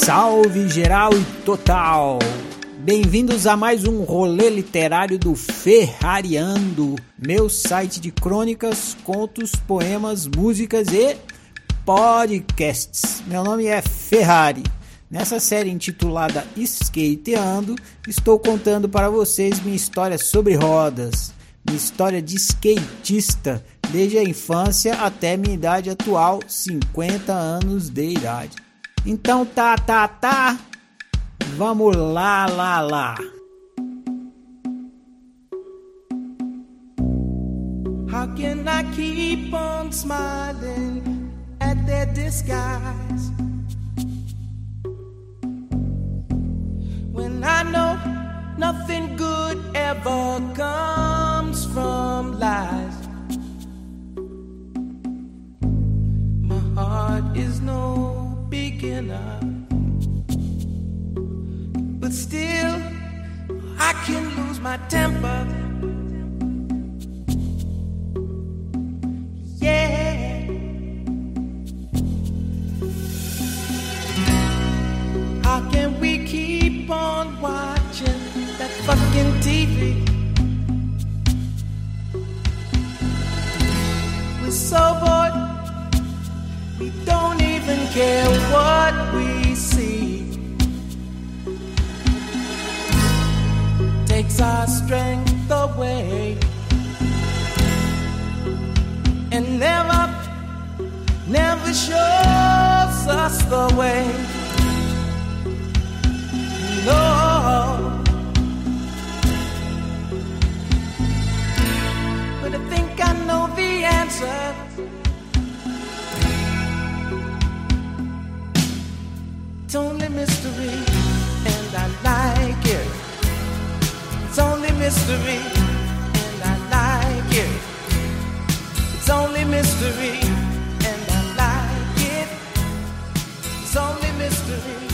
Salve geral e total! Bem-vindos a mais um rolê literário do Ferrariando, meu site de crônicas, contos, poemas, músicas e podcasts. Meu nome é Ferrari. Nessa série intitulada Skateando, estou contando para vocês minha história sobre rodas, minha história de skatista, desde a infância até minha idade atual, 50 anos de idade. Então tá, vamos lá. How can I keep on smiling at their disguise when I know nothing good ever comes from lies? My heart is no beginner, but still I can lose my temper. Yeah. How can we keep on watching that fucking TV? We're so bored, we don't even care what we see. Takes our strength away and never shows us the way. No, but I think I know the answer. It's only mystery, and I like it. It's only mystery, and I like it. It's only mystery, and I like it. It's only mystery.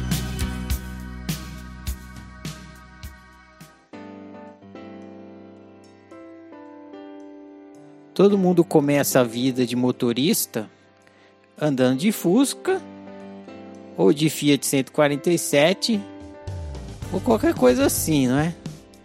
Todo mundo começa a vida de motorista andando de Fusca ou de Fiat 147 ou qualquer coisa assim, não é?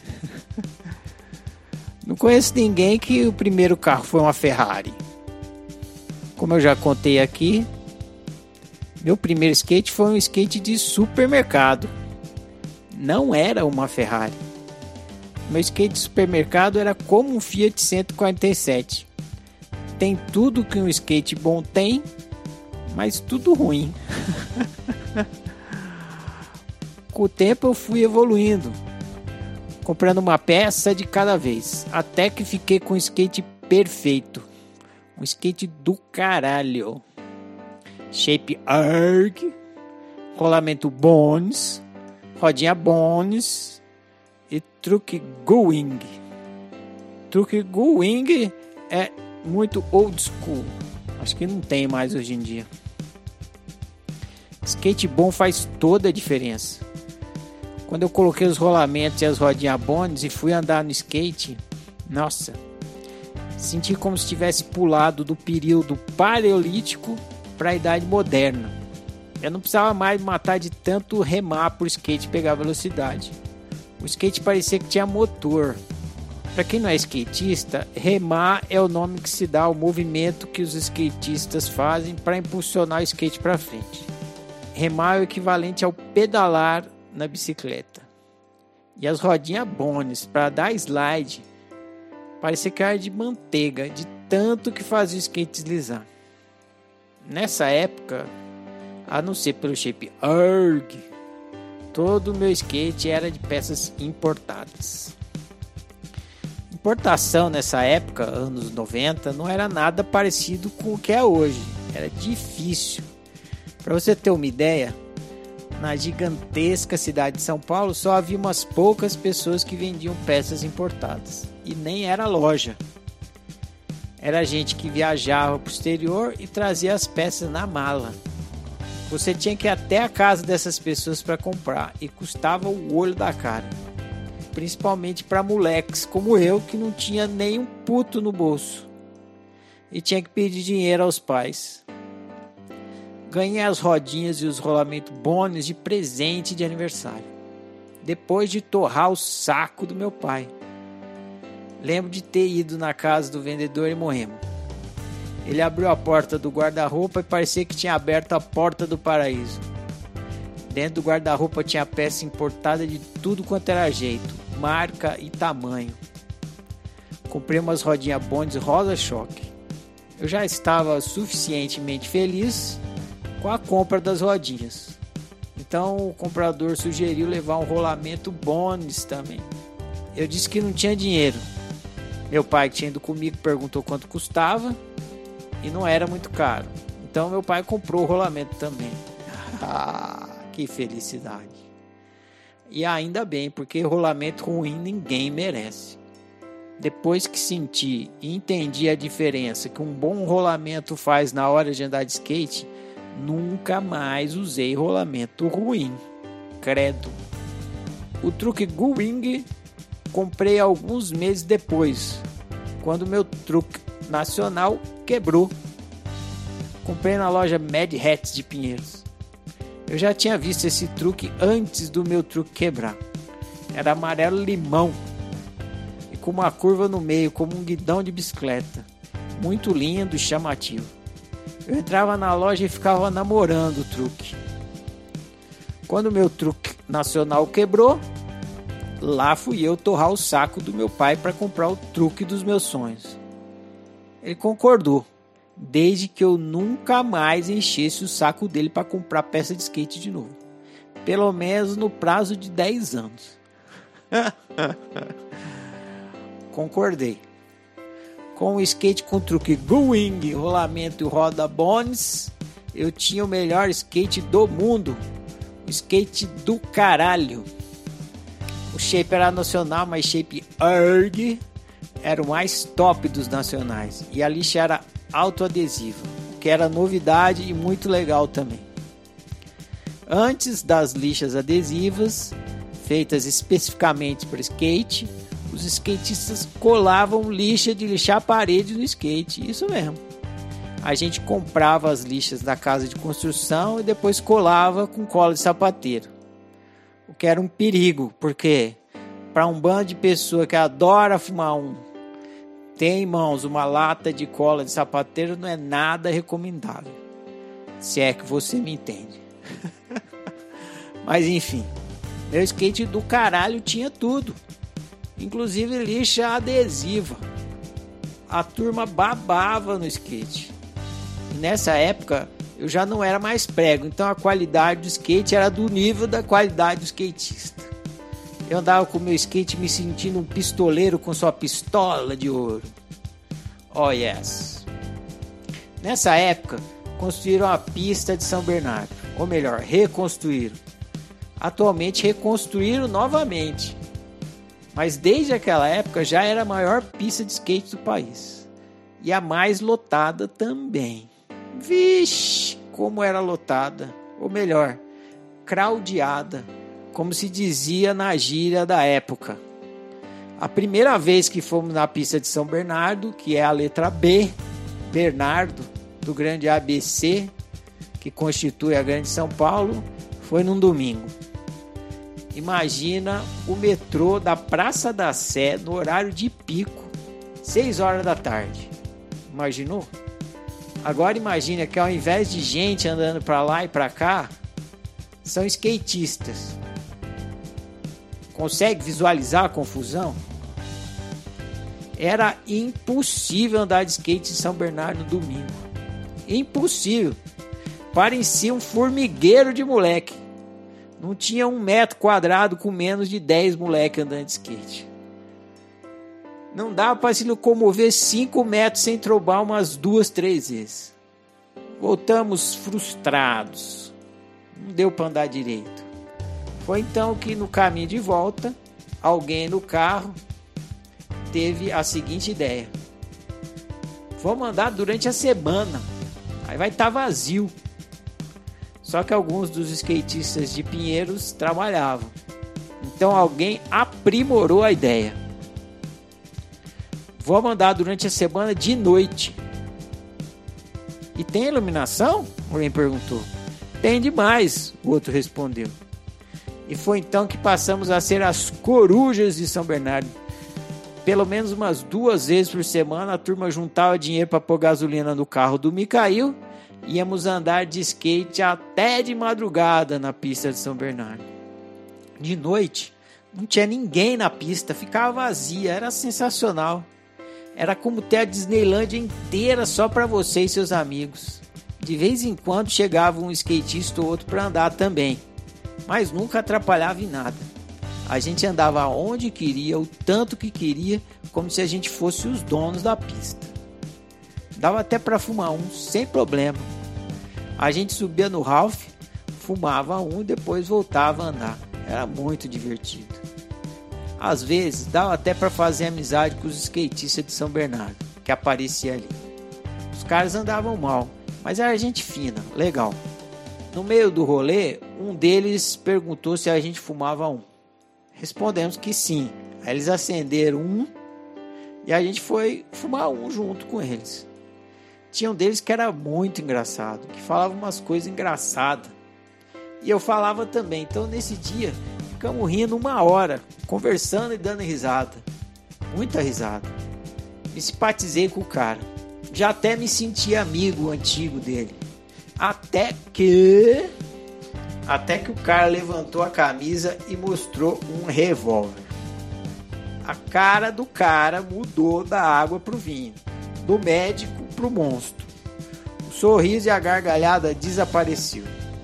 Não conheço ninguém que o primeiro carro foi uma Ferrari. Como eu já contei aqui, meu primeiro skate foi um skate de supermercado. Não era uma Ferrari. Meu skate de supermercado era como um Fiat 147. Tem tudo que um skate bom tem, mas tudo ruim. Com o tempo eu fui evoluindo, comprando uma peça de cada vez, até que fiquei com um skate perfeito. Um skate do caralho. Shape ARG, rolamento Bones, rodinha Bones e truque Going. Truque Going é muito old school. Acho que não tem mais hoje em dia. Skate bom faz toda a diferença. Quando eu coloquei os rolamentos e as rodinhas Bones e fui andar no skate, nossa, senti como se tivesse pulado do período paleolítico para a idade moderna. Eu não precisava mais matar de tanto remar para o skate pegar velocidade. O skate parecia que tinha motor. Para quem não é skatista, remar é o nome que se dá ao movimento que os skatistas fazem para impulsionar o skate para frente. Remar é o equivalente ao pedalar na bicicleta. E as rodinhas Bones para dar slide parecia que era de manteiga, de tanto que fazia o skate deslizar. Nessa época, a não ser pelo shape ARG, todo o meu skate era de peças importadas. Importação nessa época, anos 90, não era nada parecido com o que é hoje. Era difícil. Para você ter uma ideia, na gigantesca cidade de São Paulo só havia umas poucas pessoas que vendiam peças importadas. E nem era loja. Era gente que viajava para o exterior e trazia as peças na mala. Você tinha que ir até a casa dessas pessoas para comprar e custava o olho da cara. Principalmente para moleques como eu que não tinha nem um puto no bolso e tinha que pedir dinheiro aos pais. Ganhei as rodinhas e os rolamentos bônus de presente de aniversário, depois de torrar o saco do meu pai. Lembro de ter ido na casa do vendedor e morremos. Ele abriu a porta do guarda-roupa e parecia que tinha aberto a porta do paraíso. Dentro do guarda-roupa tinha peça importada de tudo quanto era jeito, marca e tamanho. Comprei umas rodinhas bônus rosa choque. Eu já estava suficientemente feliz com a compra das rodinhas. Então o comprador sugeriu levar um rolamento bônus também. Eu disse que não tinha dinheiro. Meu pai, que tinha ido comigo, perguntou quanto custava e não era muito caro. Então meu pai comprou o rolamento também. Que felicidade. E ainda bem, porque rolamento ruim ninguém merece. Depois que senti e entendi a diferença que um bom rolamento faz na hora de andar de skate, nunca mais usei rolamento ruim. Credo. O truque Guwing comprei alguns meses depois, quando meu truque nacional quebrou. Comprei na loja Mad Hats de Pinheiros. Eu já tinha visto esse truque antes do meu truque quebrar. Era amarelo limão e com uma curva no meio, como um guidão de bicicleta. Muito lindo e chamativo. Eu entrava na loja e ficava namorando o truque. Quando o meu truque nacional quebrou, lá fui eu torrar o saco do meu pai para comprar o truque dos meus sonhos. Ele concordou, desde que eu nunca mais enchesse o saco dele para comprar peça de skate de novo. Pelo menos no prazo de 10 anos. Concordei. Com o skate com truque Guwing, rolamento e roda bônus, eu tinha o melhor skate do mundo. O skate do caralho. O shape era nacional, mas shape erg era o mais top dos nacionais. E a lixa era autoadesiva, o que era novidade e muito legal também. Antes das lixas adesivas, feitas especificamente para skate, os skatistas colavam lixa de lixar a parede no skate. Isso mesmo. A gente comprava as lixas da casa de construção e depois colava com cola de sapateiro. O que era um perigo, porque para um bando de pessoa que adora fumar tem em mãos uma lata de cola de sapateiro, não é nada recomendável. Se é que você me entende. Mas enfim, meu skate do caralho tinha tudo. Inclusive lixa adesiva. A turma babava no skate. E nessa época eu já não era mais prego, então a qualidade do skate era do nível da qualidade do skatista. Eu andava com o meu skate me sentindo um pistoleiro com sua pistola de ouro. Oh yes. Nessa época construíram a pista de São Bernardo, ou melhor, reconstruíram. Atualmente reconstruíram novamente. Mas desde aquela época já era a maior pista de skate do país. E a mais lotada também. Vixe, como era lotada. Ou melhor, craudiada, como se dizia na gíria da época. A primeira vez que fomos na pista de São Bernardo, que é a letra B, Bernardo, do grande ABC, que constitui a grande São Paulo, foi num domingo. Imagina o metrô da Praça da Sé no horário de pico, 6 horas da tarde. Imaginou? Agora imagina que ao invés de gente andando para lá e para cá, são skatistas. Consegue visualizar a confusão? Era impossível andar de skate em São Bernardo no domingo. Impossível. Parecia um formigueiro de moleque. Não tinha 1 metro quadrado com menos de 10 moleques andando de skate. Não dava para se locomover 5 metros sem trombar umas 2, 3 vezes. Voltamos frustrados. Não deu para andar direito. Foi então que no caminho de volta, alguém no carro teve a seguinte ideia: vamos andar durante a semana, aí vai estar vazio. Só que alguns dos skatistas de Pinheiros trabalhavam, então alguém aprimorou a ideia: vamos andar durante a semana de noite. E tem iluminação? Alguém perguntou. Tem demais, o outro respondeu. E foi então que passamos a ser as corujas de São Bernardo. Pelo menos umas 2 vezes por semana a turma juntava dinheiro para pôr gasolina no carro do Micael. Íamos andar de skate até de madrugada na pista de São Bernardo. De noite, não tinha ninguém na pista, ficava vazia, era sensacional. Era como ter a Disneylândia inteira só para você e seus amigos. De vez em quando chegava um skatista ou outro para andar também, mas nunca atrapalhava em nada. A gente andava onde queria, o tanto que queria, como se a gente fosse os donos da pista. Dava até para fumar um, sem problema. A gente subia no Ralph, fumava um e depois voltava a andar. Era muito divertido. Às vezes dava até para fazer amizade com os skatistas de São Bernardo, que aparecia ali. Os caras andavam mal, mas era gente fina, legal. No meio do rolê, um deles perguntou se a gente fumava um. Respondemos que sim. Aí eles acenderam um e a gente foi fumar um junto com eles. Tinha um deles que era muito engraçado, que falava umas coisas engraçadas. E eu falava também. Então nesse dia ficamos rindo 1 hora, conversando e dando risada. Muita risada. Me simpatizei com o cara. Já até me senti amigo antigo dele. Até que o cara levantou a camisa e mostrou um revólver. A cara do cara mudou da água pro vinho, do médico pro monstro. O sorriso e a gargalhada desapareceu.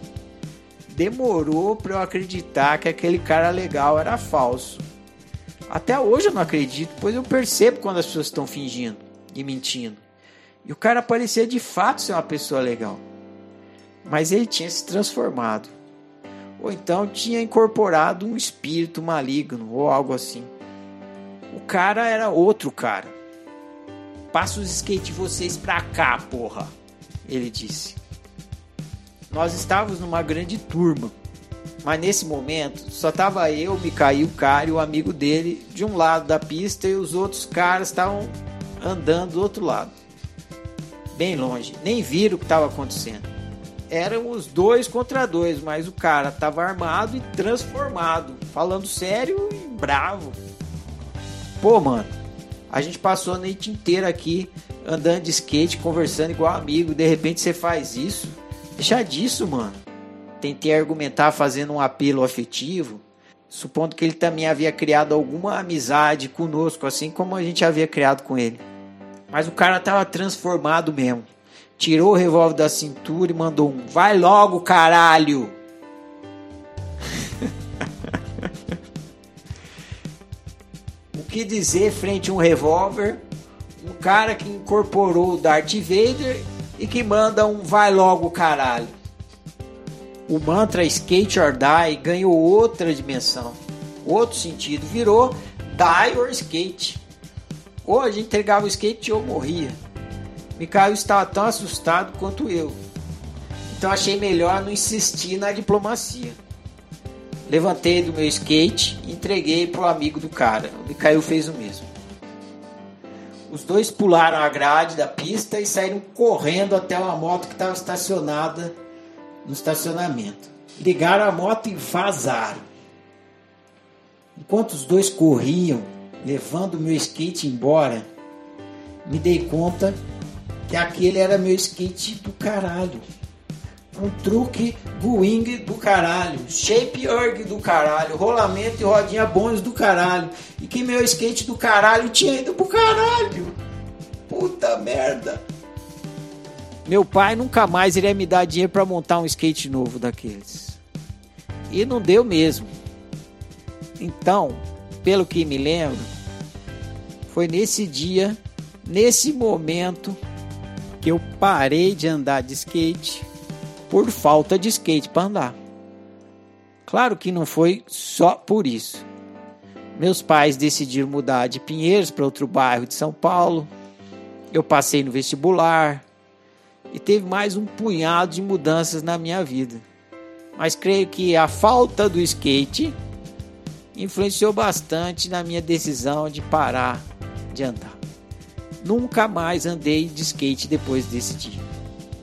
Demorou para eu acreditar que aquele cara legal era falso. Até hoje eu não acredito, pois eu percebo quando as pessoas estão fingindo e mentindo. E o cara parecia de fato ser uma pessoa legal. Mas ele tinha se transformado. Ou então tinha incorporado um espírito maligno ou algo assim. O cara era outro cara. Passa os skates de vocês pra cá, porra, ele disse. Nós estávamos numa grande turma, mas nesse momento só tava eu, Micael, o cara e o amigo dele de um lado da pista e os outros caras estavam andando do outro lado, bem longe, nem viram o que estava acontecendo. Eram os 2 contra 2, mas o cara estava armado e transformado, falando sério e bravo. Pô, mano, a gente passou a noite inteira aqui andando de skate, conversando igual amigo, de repente você faz isso? Deixa disso, mano. Tentei argumentar fazendo um apelo afetivo, supondo que ele também havia criado alguma amizade conosco, assim como a gente havia criado com ele. Mas o cara tava transformado mesmo. Tirou o revólver da cintura e mandou um: vai logo, caralho! O que dizer frente a um revólver? Um cara que incorporou o Darth Vader e que manda um vai logo, caralho. O mantra Skate or Die ganhou outra dimensão, outro sentido, virou Die or Skate. Ou a gente entregava o skate ou morria. Micael estava tão assustado quanto eu, então achei melhor não insistir na diplomacia. Levantei do meu skate e entreguei para o amigo do cara. O Micael fez o mesmo. Os 2 pularam a grade da pista e saíram correndo até uma moto que estava estacionada no estacionamento. Ligaram a moto e vazaram. Enquanto os 2 corriam, levando o meu skate embora, me dei conta que aquele era meu skate do caralho. Um truque Wing do caralho, shape erg do caralho, rolamento e rodinha bônus do caralho, e que meu skate do caralho tinha ido pro caralho. Puta merda. Meu pai nunca mais iria me dar dinheiro pra montar um skate novo daqueles. E não deu mesmo. Então, pelo que me lembro, foi nesse dia, nesse momento, que eu parei de andar de skate por falta de skate para andar. Claro que não foi só por isso. Meus pais decidiram mudar de Pinheiros para outro bairro de São Paulo. Eu passei no vestibular e teve mais um punhado de mudanças na minha vida. Mas creio que a falta do skate influenciou bastante na minha decisão de parar de andar. Nunca mais andei de skate depois desse dia.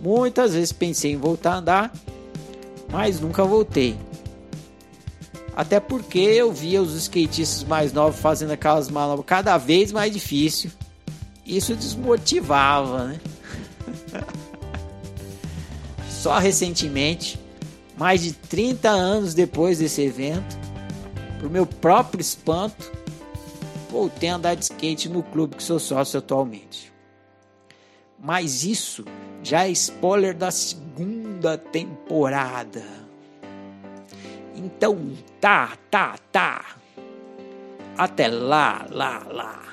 Muitas vezes pensei em voltar a andar, mas nunca voltei. Até porque eu via os skatistas mais novos fazendo aquelas manobras cada vez mais difícil. Isso desmotivava, né? Só recentemente, mais de 30 anos depois desse evento, pro meu próprio espanto, voltei a andar de skate no clube que sou sócio atualmente. Mas isso já é spoiler da segunda temporada. Então, tá. Até lá.